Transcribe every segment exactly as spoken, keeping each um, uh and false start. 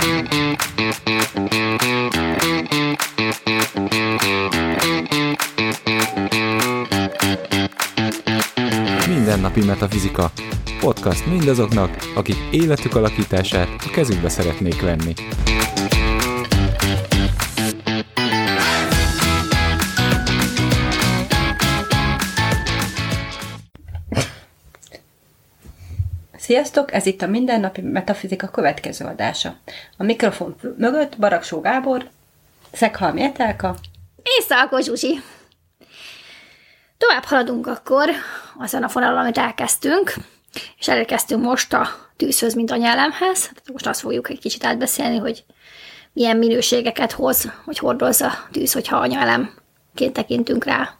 Mindennapi Metafizika. Podcast mindazoknak, akik életük alakítását a kezükbe szeretnék venni. Sziasztok! Ez itt a Mindennapi Metafizika következő adása. A mikrofon mögött Baraksó Gábor, Szeghalmi Etelka és Szalkó Zsuzsi. Tovább haladunk akkor azon a fonalon, amit elkezdtünk, és elkezdtünk most a tűzhöz, mint anyálemhez. Most azt fogjuk egy kicsit átbeszélni, hogy milyen minőségeket hoz, hogy hordoz a tűz, hogyha anyálemként tekintünk rá.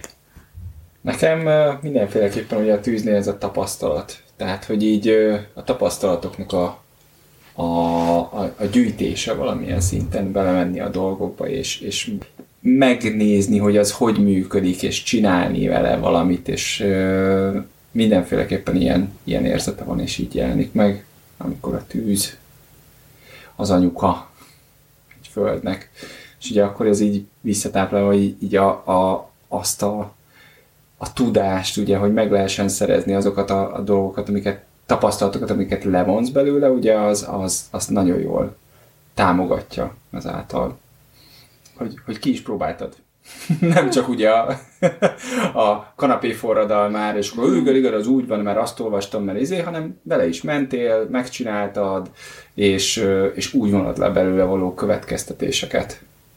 Nekem mindenféleképpen ugye a tűznél ez a tapasztalat. Tehát, hogy így a tapasztalatoknak a, a, a, a gyűjtése valamilyen szinten, belemenni a dolgokba, és, és megnézni, hogy az hogy működik, és csinálni vele valamit, és ö, mindenféleképpen ilyen, ilyen érzete van, és így jelenik meg, amikor a tűz az anyuka egy földnek. És ugye akkor ez így visszatáplálva így, így a, a, azt a, a tudást, ugye, hogy meg lehessen szerezni azokat a, a dolgokat, amiket, tapasztalatokat, amiket levonsz belőle, ugye az, az, az nagyon jól támogatja azáltal. Hogy, hogy ki is próbáltad. Nem csak ugye a, a kanapé forradalmár, és akkor igen, igen, az úgy van, mert azt olvastam, mert izé, hanem bele is mentél, megcsináltad, és, és úgy vonod le belőle való következtetéseket.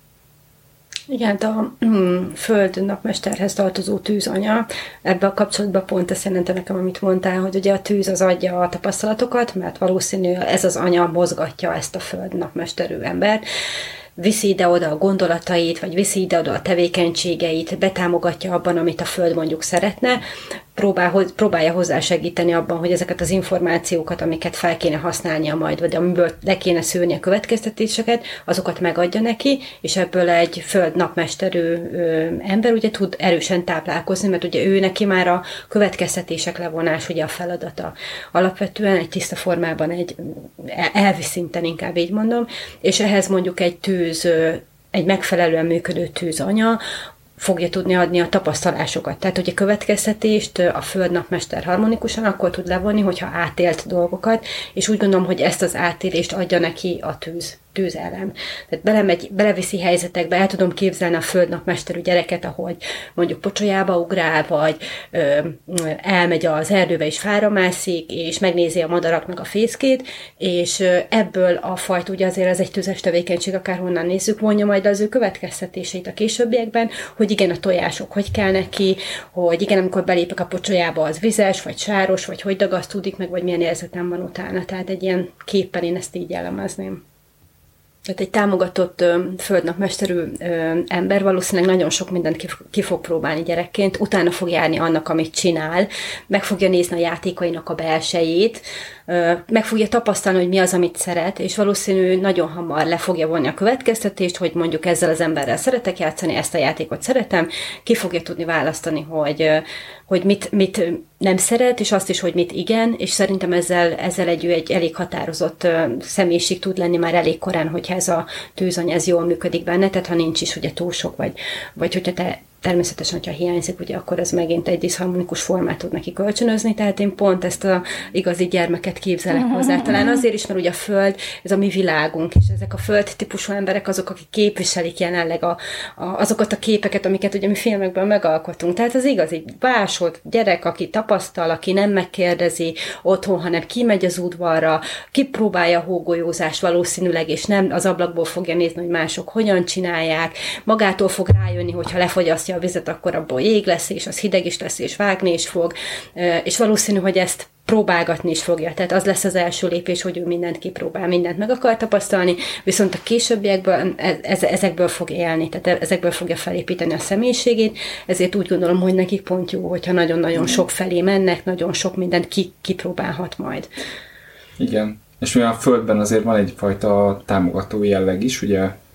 Igen, a mm, Föld napmesterhez tartozó tűzanya, ebben a kapcsolatban pont ezt jelenti nekem, amit mondtál, hogy ugye a tűz az adja a tapasztalatokat, mert valószínű ez az anya mozgatja ezt a Föld napmesterű embert, viszi ide-oda a gondolatait, vagy viszi ide-oda a tevékenységeit, betámogatja abban, amit a Föld mondjuk szeretne, próbál, próbálja hozzásegíteni abban, hogy ezeket az információkat, amiket fel kéne használnia majd, vagy amiből le kéne szűrni a következtetéseket, azokat megadja neki, és ebből egy Föld napmesterű ö, ember ugye tud erősen táplálkozni, mert ugye ő neki már a következtetések levonás ugye a feladata. Alapvetően egy tiszta formában, egy elvi szinten inkább így mondom, és ehhez mondjuk egy tűz, egy megfelelően működő tűzanya fogja tudni adni a tapasztalásokat. Tehát, hogy a következtetést a Föld napmester harmonikusan akkor tud levonni, hogyha átélt dolgokat, és úgy gondolom, hogy ezt az átélést adja neki a tűz, tűzelem. Tehát belemegy, beleviszi helyzetekbe, el tudom képzelni a Föld napmesterű gyereket, ahogy mondjuk pocsolyába ugrál, vagy ö, elmegy az erdőbe és fára mászik, és megnézi a madaraknak a fészkét, és ebből a fajt, ugye azért ez egy tüzes tevékenység, akárhonnan nézzük, vonja majd az ő következtetéseit a későbbiekben, hogy igen, a tojások hogy kell neki, hogy igen, amikor belépek a pocsolyába, az vizes, vagy sáros, vagy hogy dagasztódik meg, vagy milyen érzetem van utána. Tehát egy ilyen képpen én ezt így jellemezném. Tehát egy támogatott ö, földnapmesterű ö, ember valószínűleg nagyon sok mindent ki, ki fog próbálni gyerekként, utána fog járni annak, amit csinál, meg fogja nézni a játékainak a belsejét, ö, meg fogja tapasztalni, hogy mi az, amit szeret, és valószínű nagyon hamar le fogja vonni a következtetést, hogy mondjuk ezzel az emberrel szeretek játszani, ezt a játékot szeretem, ki fogja tudni választani, hogy, ö, hogy mit, mit nem szeret, és azt is, hogy mit igen, és szerintem ezzel, ezzel egy, egy elég határozott ö, személyiség tud lenni már elég korán, hogyha ez a tűzany, ez jól működik benne, tehát ha nincs is ugye túl sok, vagy, vagy hogyha te természetesen, hogyha hiányzik, ugye, akkor ez megint egy diszharmonikus formát tud neki kölcsönözni, tehát én pont ezt a igazi gyermeket képzelek hozzá. Talán azért is, mert ugye a Föld, ez a mi világunk, és ezek a Föld típusú emberek azok, akik képviselik jelenleg a, a, azokat a képeket, amiket ugye mi filmekből megalkotunk. Tehát az igazi vásott gyerek, aki tapasztal, aki nem megkérdezi otthon, hanem kimegy az udvarra, kipróbálja a hógolyózást valószínűleg, és nem az ablakból fogja nézni, hogy mások hogyan csinálják, magától fog rájönni, hogyha lefogyasztja a vizet, akkor abból jég lesz, és az hideg is lesz, és vágni is fog, és valószínű, hogy ezt próbálgatni is fogja. Tehát az lesz az első lépés, hogy ő mindent kipróbál, mindent meg akar tapasztalni, viszont a későbbiekből ez, ezekből fog élni, tehát ezekből fogja felépíteni a személyiségét, ezért úgy gondolom, hogy nekik pont jó, hogyha nagyon-nagyon sok felé mennek, nagyon sok mindent ki, kipróbálhat majd. Igen, és mivel a Földben azért van egyfajta támogató jelleg is, ugye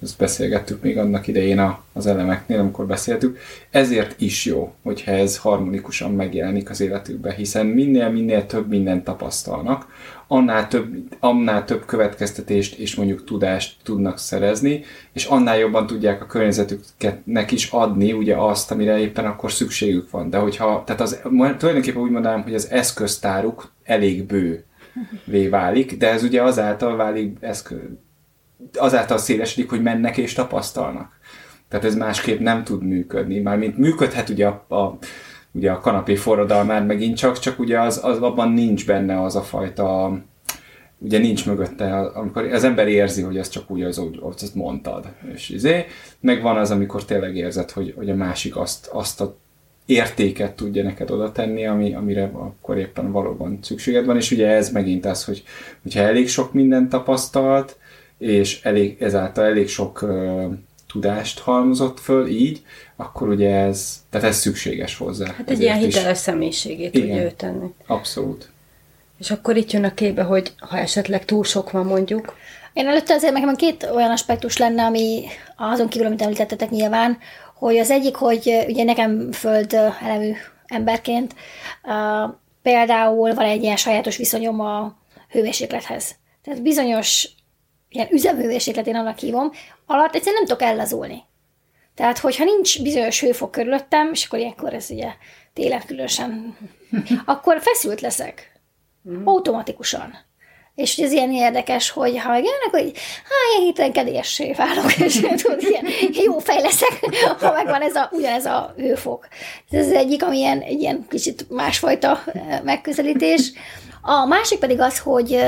ezt beszélgettük még annak idején az elemeknél, amikor beszéltük. Ezért is jó, hogyha ez harmonikusan megjelenik az életükben, hiszen minél-minél több mindent tapasztalnak, annál több, annál több következtetést és mondjuk tudást tudnak szerezni, és annál jobban tudják a környezetüknek is adni ugye azt, amire éppen akkor szükségük van. De hogyha, tehát az, tulajdonképpen úgy mondanám, hogy az eszköztáruk elég bővé válik, de ez ugye azáltal válik eszköz, azáltal szélesedik, hogy mennek és tapasztalnak. Tehát ez másképp nem tud működni. Mármint működhet ugye a, a, ugye a kanapé forradalmán megint csak, csak ugye az, az abban nincs benne az a fajta, ugye nincs mögötte, amikor az ember érzi, hogy ez csak úgy, az, úgy azt mondtad. És izé, meg van az, amikor tényleg érzed, hogy, hogy a másik azt, azt a értéket tudja neked oda tenni, ami, amire akkor éppen valóban szükséged van. És ugye ez megint az, hogy, hogyha elég sok mindent tapasztalt, és elég, ezáltal elég sok uh, tudást halmozott föl így, akkor ugye ez, tehát ez szükséges hozzá. Hát egy ilyen hiteles személyiségét tudja ő tenni. Abszolút. És akkor itt jön a képbe, hogy ha esetleg túl sok van mondjuk. Én előtte azért nekem két olyan aspektus lenne, ami azon kívül, amit említettetek nyilván, hogy az egyik, hogy ugye nekem föld elemű emberként uh, például van egy ilyen sajátos viszonyom a hőmérséklethez. Tehát bizonyos ilyen üzemhőmérséklet, én annak hívom, alatt egyszerűen nem tudok ellazulni. Tehát, hogyha nincs bizonyos hőfok körülöttem, és akkor ilyenkor ez ugye télen különösen, akkor feszült leszek. Automatikusan. És ez ilyen érdekes, hogy ha megjönnek, hogy hát ilyen hirtelen kedélyessé válok, és tudod, ilyen jó fej leszek, ha megvan ez a, ugyanez a hőfok. Ez az egyik, ami ilyen, egy ilyen kicsit másfajta megközelítés. A másik pedig az, hogy,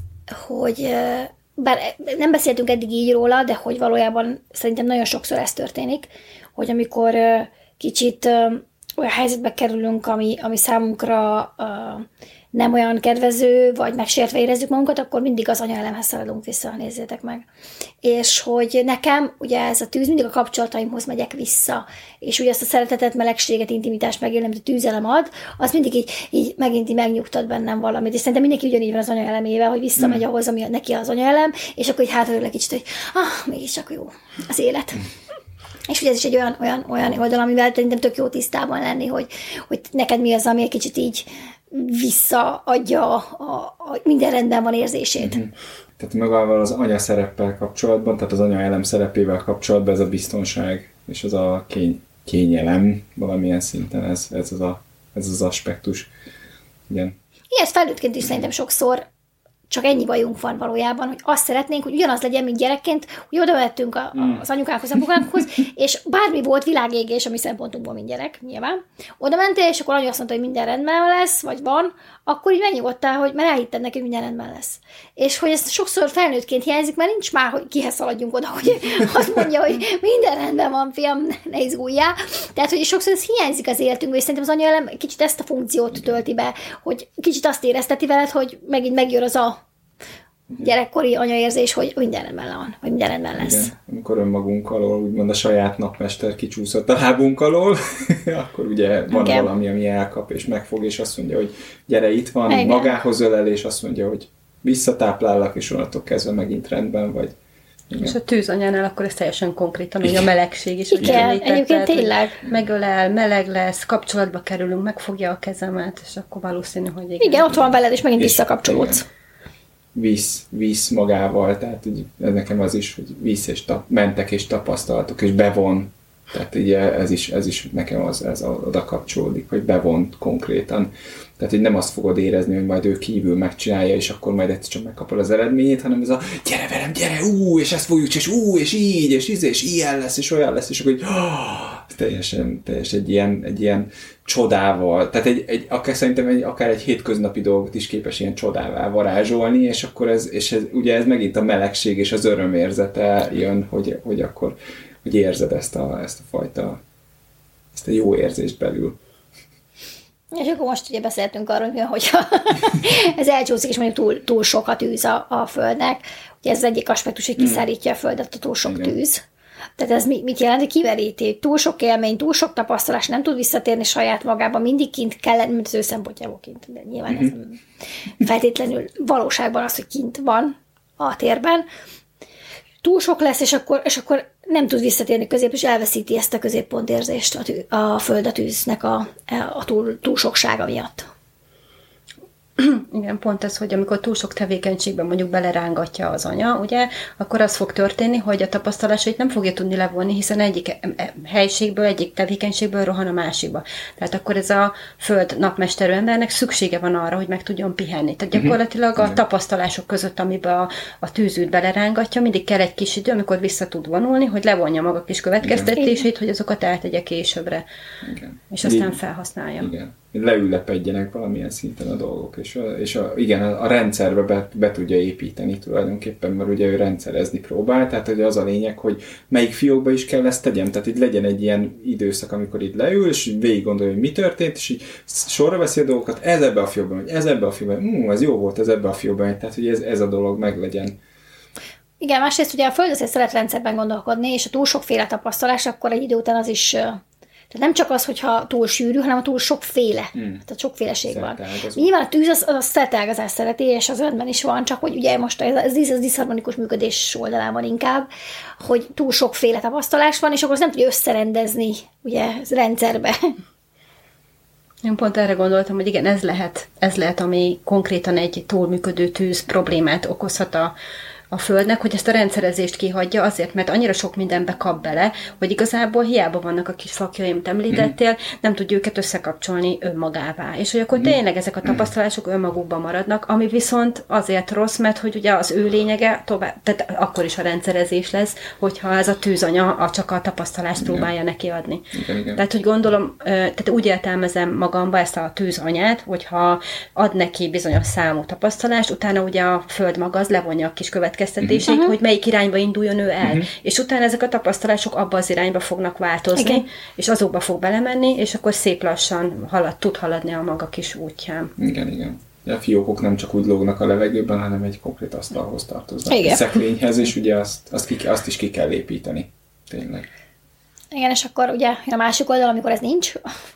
hogy bár nem beszéltünk eddig így róla, de hogy valójában szerintem nagyon sokszor ez történik, hogy amikor kicsit olyan helyzetbe kerülünk, ami, ami számunkra nem olyan kedvező, vagy megsértve érezzük magunkat, akkor mindig az anyaelemhez szaladunk vissza, nézzétek meg. És hogy nekem ugye ez a tűz, mindig a kapcsolataimhoz megyek vissza, és ugye azt a szeretetet, melegséget, intimitást megélni, amit a tűzelem ad, az mindig így, így megint így megnyugtat bennem valamit. És szerintem mindenki ugyanígy van az anyaelemével, hogy visszamegy ahhoz, ami neki az anyaelem, és akkor így hátraül egy kicsit, hogy ah, mégiscsak jó az élet. És ugye ez is egy olyan, olyan, olyan oldal, amivel szerintem tök jó tisztában lenni, hogy, hogy neked mi az, ami egy kicsit így visszaadja a, a, a minden rendben van érzését. Mm-hmm. Tehát magával az anya szereppel kapcsolatban, tehát az anya elem szerepével kapcsolatban ez a biztonság és az a kény, kényelem valamilyen szinten, ez, ez, az, a, ez az aspektus. Igen. Igen, ez felnőttként is szerintem sokszor csak ennyi bajunk van valójában, hogy azt szeretnénk, hogy ugyanaz legyen, mint gyerekként, hogy oda vettünk a, a, az anyukánkhoz, apukánkhoz, és bármi volt világégés, ami szempontunkból, mint gyerek, nyilván. Oda mentél, és akkor anya azt mondta, hogy minden rendben lesz, vagy van, akkor így megnyugodtál, hogy már elhitted neki, hogy minden rendben lesz. És hogy ez sokszor felnőttként hiányzik, mert nincs már, hogy kihez szaladjunk oda, hogy azt mondja, hogy minden rendben van, fiam, ne izguljál. Tehát, hogy sokszor ez hiányzik az életünkből, és szerintem az anyaelem kicsit ezt a funkciót tölti be, hogy kicsit azt érezteti veled, hogy megint megjön az a gyerekkori anyaérzés, hogy minden rendben van, vagy minden rendben lesz. Igen. Amikor önmagunk alól, úgymond a saját napmester kicsúszott a lábunk alól, akkor ugye van okay. valami, ami elkap és megfog, és azt mondja, hogy gyere, itt van, igen. magához ölel, és azt mondja, hogy visszatáplállak, és onnantól kezdve megint rendben vagy. Igen. És a tűzanyánál akkor ez teljesen konkrétan, hogy a melegség is. Igen, egyébként tényleg. Megölel, meleg lesz, kapcsolatba kerülünk, megfogja a kezemet, és akkor valószínű, hogy igen. Igen, ott van veled, és megint visszakapcsolódsz. Visz, visz magával, tehát így, ez nekem az is, hogy visz és tap, mentek és tapasztaltok, és bevon, tehát így ez is, ez is nekem az, ez oda kapcsolódik, hogy bevon konkrétan. Tehát, hogy nem azt fogod érezni, hogy majd ő kívül megcsinálja, és akkor majd egyszer csak megkapod az eredményét, hanem ez a gyere velem, gyere, ú, és ezt fogjuk, és ú, és így, és íz, és ilyen lesz, és olyan lesz, és akkor így, oh, teljesen, teljesen egy ilyen, egy ilyen csodával, tehát egy, egy, akár szerintem egy, akár egy hétköznapi dolgot is képes ilyen csodává varázsolni, és akkor ez, és ez, ugye ez megint a melegség és az örömérzete jön, hogy, hogy akkor, hogy érzed ezt a, ezt a fajta, ezt a jó érzést belül. És akkor most ugye beszéltünk arról, hogy ez elcsúszik, és mondjuk túl, túl sok a tűz a, a Földnek. Ugye ez az egyik aspektus, hogy kiszárítja a Földet a túl sok igen. tűz. Tehát ez mit jelent, hogy kiveríti? Túl sok élmény, túl sok tapasztalás, nem tud visszatérni saját magába, mindig kint kell lenni, mint az ő szempontjából kint. De nyilván ez feltétlenül valóságban az, hogy kint van a térben. túl sok lesz, és akkor, és akkor nem tud visszatérni közép, és elveszíti ezt a középpontérzést a, tű, a föld a tűznek a, a túl, túl soksága miatt. Igen, pont ez, hogy amikor túl sok tevékenységben mondjuk belerángatja az anya, ugye, akkor az fog történni, hogy a tapasztalásait nem fogja tudni levonni, hiszen egyik helységből, egyik tevékenységből rohan a másikba. Tehát akkor ez a föld napmesterű embernek szüksége van arra, hogy meg tudjon pihenni. Tehát gyakorlatilag a tapasztalások között, amiben a, a tűzűt belerángatja, mindig kell egy kis idő, amikor vissza tud vonulni, hogy levonja maga kis következtetését, hogy azokat eltegye későbbre. Igen. És aztán igen. felhasználja. Igen. Leülepedjenek valamilyen szinten a dolgok, és, a, és a, igen, a, a rendszerbe be, be tudja építeni tulajdonképpen, mert ugye ő rendszerezni próbál, tehát ugye az a lényeg, hogy melyik fiókba is kell ezt tegyem, tehát itt legyen egy ilyen időszak, amikor itt leül, és végig gondolja, hogy mi történt, és így sorra veszi a dolgokat, ez ebbe a fiókban megy, ez ebbe a fiókban megy, mm, ez jó volt, ez ebbe a fiókban megy, tehát hogy ez, ez a dolog meglegyen. Igen, másrészt ugye a Föld azért szeret rendszerben gondolkodni, és a túl sokféle tapasztalás, akkor egy idő után az is... Tehát nem csak az, hogyha túl sűrű, hanem a túl sokféle. Hmm. Tehát sokféleség van. Nyilván a tűz az, az a szerteágazást szereti, és az önben is van, csak hogy ugye most ez az diszharmonikus működés oldalán van inkább, hogy túl sokféle tapasztalás van, és akkor azt nem tudja összerendezni ugye rendszerbe. Én pont erre gondoltam, hogy igen, ez lehet, ez lehet, ami konkrétan egy túlműködő tűz problémát okozhat a a Földnek, hogy ezt a rendszerezést kihagyja azért, mert annyira sok mindenbe kap bele, hogy igazából hiába vannak a kis fakjai, amit említettél, nem tudja őket összekapcsolni önmagává. És hogy akkor tényleg ezek a tapasztalások önmagukban maradnak, ami viszont azért rossz, mert hogy ugye az ő lényege tovább, tehát akkor is a rendszerezés lesz, hogyha ez a tűzanya a csak a tapasztalást igen. próbálja neki adni. Igen, igen. Tehát, hogy gondolom, tehát úgy értelmezem magamba ezt a tűzanyát, hogyha ad neki bizonyos számú tapasztalást, utána ugye a Föld maga az levonja a kis következtetéseit, uh-huh. hogy melyik irányba induljon ő el. Uh-huh. És utána ezek a tapasztalások abba az irányba fognak változni, igen. és azokba fog belemenni, és akkor szép lassan halad, tud haladni a maga kis útján. Igen, igen. A fiókok nem csak úgy lógnak a levegőben, hanem egy konkrét asztalhoz tartoznak. Igen. Egy szekrényhez, és ugye azt, azt, ki, azt is ki kell építeni. Tényleg. Igen, és akkor ugye a másik oldal, amikor ez nincs,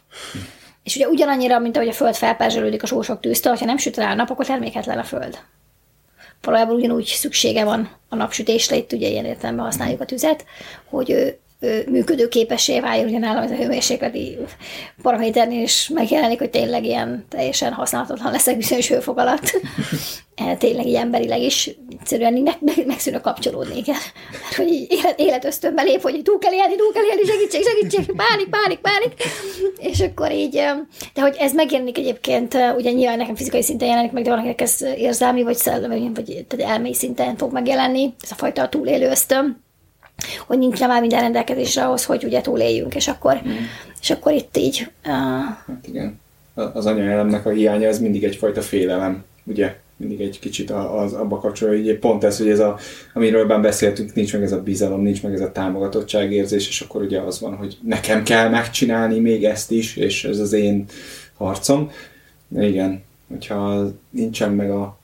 és ugye ugyanannyira, mint ahogy a Föld felperzselődik a sósok tűztől, hogyha nem süt rá a nap, akkor terméketlen a Föld. Valójában ugyanúgy szüksége van a napsütésre, itt ugye ilyen értelemben használjuk a tüzet, hogy ő, ő működőképessé váljon, ugye nálam ez a hőmérsékleti paraméternél is megjelenik, hogy tényleg ilyen teljesen használhatatlan leszek bizonyos hőfok alatt. Tényleg így emberileg is egyszerűen így meg, meg, megszűnök kapcsolódni, igen. Mert hogy így élet, életösztönbe lép, hogy túl kell élni, túl kell élni, segítség, segítség, pánik, pánik, pánik. És akkor így, de hogy ez megjelenik egyébként, ugye nyilván nekem fizikai szinten jelenik meg, de valakinek ez érzelmi, vagy szellemi, vagy elmei szinten fog megjelenni, ez a fajta túlélő ösztön, hogy nincs már minden rendelkezésre ahhoz, hogy ugye túléljünk, és akkor, mm. és akkor itt így... Uh... Hát igen, az anyaelemnek a hiánya, ez mindig egyfajta félelem, ugye? Mindig egy kicsit az, abba kapcsolja, hogy pont ez, hogy ez a, amiről már beszéltünk, nincs meg ez a bizalom, nincs meg ez a támogatottságérzés, és akkor ugye az van, hogy nekem kell megcsinálni még ezt is, és ez az én harcom. Igen, hogyha nincsen meg a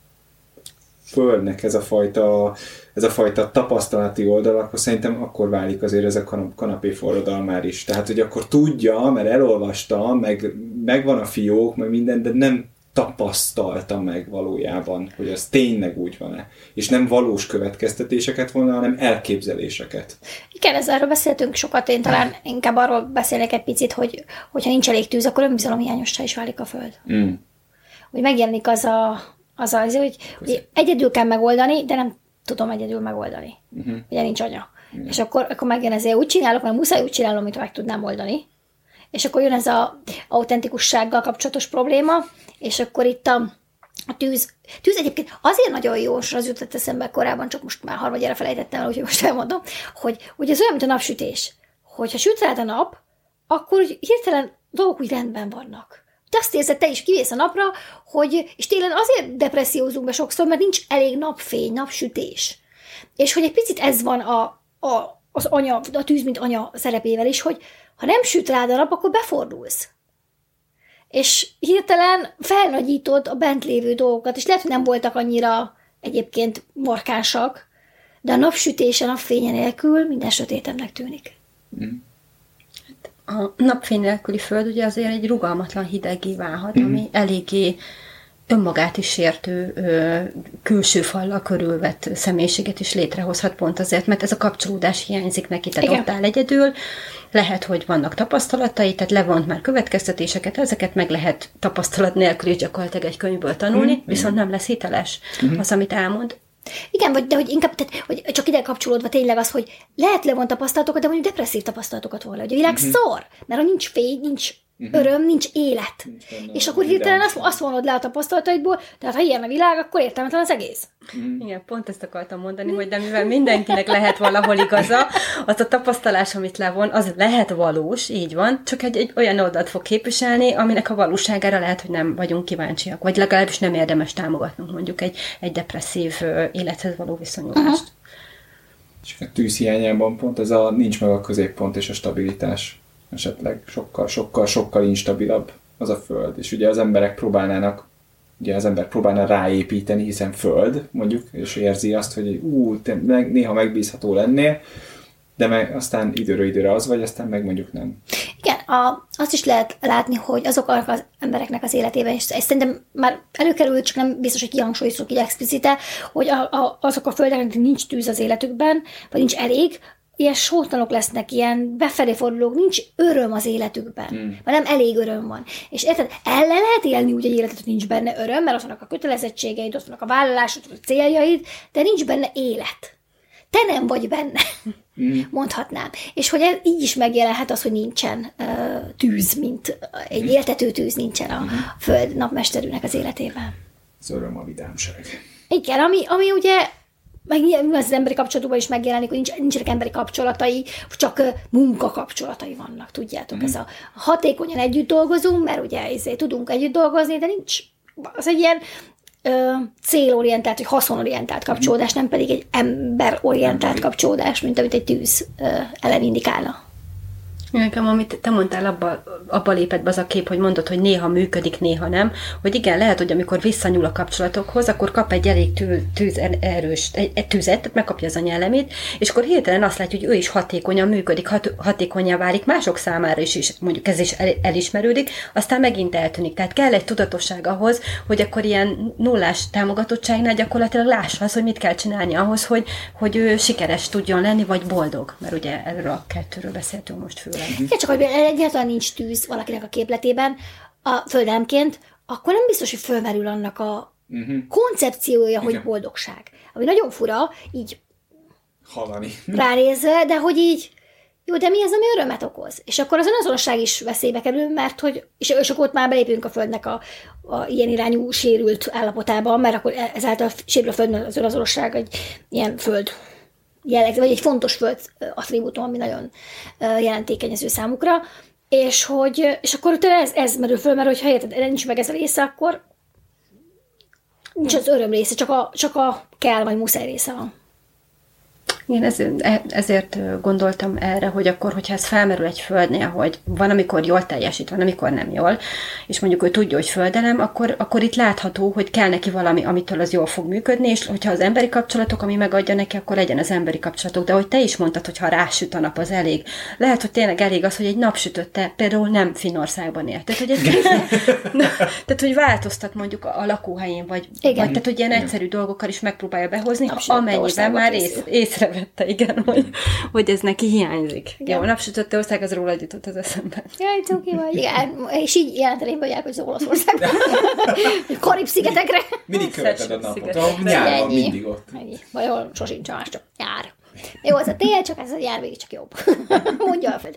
Földnek ez a fajta, ez a fajta tapasztalati oldal, akkor szerintem akkor válik azért ez a kanapé forradalmár is. Tehát, hogy akkor tudja, mert elolvasta, meg megvan a fiók, meg minden, de nem tapasztalta meg valójában, hogy az tényleg úgy van-e. És nem valós következtetéseket volna, hanem elképzeléseket. Igen, ezzel erről beszéltünk sokat, én talán inkább arról beszélek egy picit, hogy hogyha nincs elég tűz, akkor önbizalomhiányossá is válik a Föld. Mm. Hogy megjelenik az a, az, az hogy, hogy egyedül kell megoldani, de nem tudom egyedül megoldani. Uh-huh. Ugye nincs anya. Igen. És akkor, akkor megjön ezért úgy csinálok, mert muszáj úgy csinálom, mint meg tudnám oldani. És akkor jön ez az autentikussággal kapcsolatos probléma, és akkor itt a, a tűz, tűz egyébként azért nagyon jó, és az jutott eszembe korábban, csak most már harmadjára felejtettem el, úgyhogy most elmondom, hogy ugye ez olyan, mint a napsütés. Hogyha süt rád a nap, akkor hirtelen dolgok úgy rendben vannak. De azt érzed, te is kivész a napra, hogy, és télen azért depressziózunk be sokszor, mert nincs elég napfény, napsütés. És hogy egy picit ez van a, a, az anya, a tűz, mint anya szerepével is, hogy ha nem süt rád a nap, akkor befordulsz. És hirtelen felnagyítod a bent lévő dolgokat, és lehet, hogy nem voltak annyira egyébként markánsak, de a napsütése, napfénye nélkül minden sötétemnek tűnik. Mm. A napfény nélküli Föld ugye azért egy rugalmatlan hideggé válhat, mm. ami eléggé önmagát is sértő ö, külső fallal körülvett személyiséget is létrehozhat pont azért, mert ez a kapcsolódás hiányzik neki, tehát Igen. ott áll egyedül, lehet, hogy vannak tapasztalatai, tehát levont már következtetéseket, ezeket meg lehet tapasztalat nélkül is gyakorlatilag egy könyvből tanulni, mm, viszont nem lesz hiteles mm. az, amit elmond. Igen, vagy, de hogy inkább, tehát, hogy csak ide kapcsolódva tényleg az, hogy lehet levont tapasztalatokat, de mondjuk depresszív tapasztalatokat volna, hogy a világ mm-hmm. szar, mert ha nincs fény, nincs mm-hmm. öröm, nincs élet. Nincs és akkor hirtelen azt, azt vonod le a tapasztalataidból, tehát ha ilyen a világ, akkor értelmetlen az egész. Mm. Igen, pont ezt akartam mondani, hogy de mivel mindenkinek lehet valahol igaza, az a tapasztalás, amit levon, az lehet valós, így van, csak egy, egy olyan oldalt fog képviselni, aminek a valóságára lehet, hogy nem vagyunk kíváncsiak, vagy legalábbis nem érdemes támogatnunk mondjuk egy, egy depresszív élethez való viszonyulást. Uh-huh. És a tűz hiányában pont ez a nincs meg a középpont és a stabilitás. Esetleg sokkal, sokkal, sokkal instabilabb az a föld. És ugye az emberek próbálnának Ugye az ember próbálna ráépíteni, hiszen föld, mondjuk, és érzi azt, hogy ú, te meg, néha megbízható lennél, de meg aztán időről időre az vagy, aztán meg mondjuk nem. Igen, a, azt is lehet látni, hogy azok az embereknek az életében, és szerintem már előkerült, csak nem biztos, hogy kihangsúlyozunk így explicite, hogy a, a, azok a földeknek nincs tűz az életükben, vagy nincs elég, ilyen sótlanok lesznek, ilyen befelé fordulók, nincs öröm az életükben, mm. mert nem elég öröm van. És érted, el lehet élni úgy egy életet, hogy nincs benne öröm, mert ott vannak a kötelezettségeid, ott vannak a vállalásod, a céljaid, de nincs benne élet. Te nem vagy benne, mm. mondhatnám. És hogy ez, így is megjelenhet az, hogy nincsen uh, tűz, mint egy éltető tűz nincsen a föld napmesterűnek az életében. Az öröm a vidámság. Igen, ami, ami ugye meg az emberi kapcsolatokban is megjelenik, hogy nincs, nincsenek emberi kapcsolatai, csak munkakapcsolatai vannak, tudjátok. Mm. Ez a hatékonyan együtt dolgozunk, mert ugye ezért tudunk együtt dolgozni, de nincs, az egy ilyen ö, célorientált, vagy haszonorientált kapcsolódás, nem pedig egy emberorientált kapcsolódás, mint amit egy tűz ö, elem indikálna. Nekem, amit te mondtál, abba, abba lépett be az a kép, hogy mondod, hogy néha működik, néha nem, hogy igen, lehet, hogy amikor visszanyúl a kapcsolatokhoz, akkor kap egy elég tű, tűz erős, egy, egy tüzet, tehát megkapja az anyellemét, és akkor hirtelen azt látja, hogy ő is hatékonyan működik, hat, hatékonyan válik, mások számára is, is mondjuk ez is el, elismerődik, aztán megint eltűnik. Tehát kell egy tudatosság ahhoz, hogy akkor ilyen nullás támogatottságnál gyakorlatilag lássa az, hogy mit kell csinálni ahhoz, hogy, hogy ő sikeres tudjon lenni, vagy boldog, mert ugye erről a kettőről beszéltünk most főleg. Igen, csak hogy egyáltalán nincs tűz valakinek a képletében, a földelemként, akkor nem biztos, hogy fölmerül annak a uh-huh. koncepciója, igen. hogy boldogság. Ami nagyon fura, így hallani. Ránézve, de hogy így, jó, de mi az, ami örömet okoz? És akkor az önazonosság is veszélybe kerül, mert hogy, és, és akkor ott már belépünk a földnek a, a ilyen irányú sérült állapotában, mert akkor ezáltal sérül a földnek az önazonosság egy ilyen föld jelleg, vagy egy fontos föld attribútum, ami nagyon jelentékeny az ő számukra, és, hogy, és akkor utána ez, ez merül föl, mert hogyha érted, nincs meg ez a része, akkor nincs az öröm része, csak a, csak a kell vagy muszáj része van. Én ezért, ezért gondoltam erre, hogy akkor, hogyha ez felmerül egy földnél, hogy van, amikor jól teljesít, van, amikor nem jól, és mondjuk ő tudja, hogy földelem, akkor, akkor itt látható, hogy kell neki valami, amitől az jól fog működni, és hogyha az emberi kapcsolatok, ami megadja neki, akkor legyen az emberi kapcsolatok. De ahogy te is mondtad, hogy ha rásüt a nap, az elég. Lehet, hogy tényleg elég az, hogy egy napsütötte, például nem Finnországban él. Tehát, hogy, ez, tehát, hogy változtat mondjuk a lakóhelyén, vagy, vagy tehát, hogy ilyen egyszerű dolgokkal is megpróbálja behozni, amennyiben már ész, észrevette, igen, hogy, hogy ez neki hiányzik. Igen. Jó, a napsütötte ország, az róla jutott az eszembe. Jaj, cuki vagy. Igen, és így jelenteném, hogy járok, hogy az Olaszországban. Karib-szigetekre. Mindig követed a napot. A nyár van mindig ott. Valahol sosincs más, csak nyár. Jó, az a tél, csak ez a nyár végig csak jobb. Mondja a föld.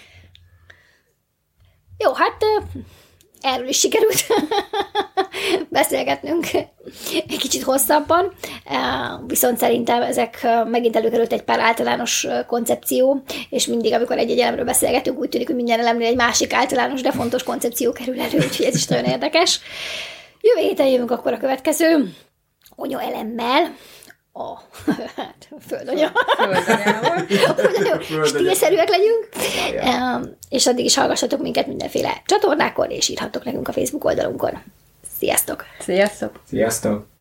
Jó, hát erről is sikerült beszélgetnünk egy kicsit hosszabban, viszont szerintem ezek megint előkerült egy pár általános koncepció, és mindig, amikor egy-egy elemről beszélgetünk, úgy tűnik, hogy minden elemnél egy másik általános, de fontos koncepció kerül elő, úgyhogy ez is nagyon érdekes. Jövő héten jövünk akkor a következő anya elemmel, a hát, földanya. Földanyával. Stílszerűek legyünk. Um, és addig is hallgassatok minket mindenféle csatornákon, és írhattok nekünk a Facebook oldalunkon. Sziasztok! Sziasztok! Sziasztok!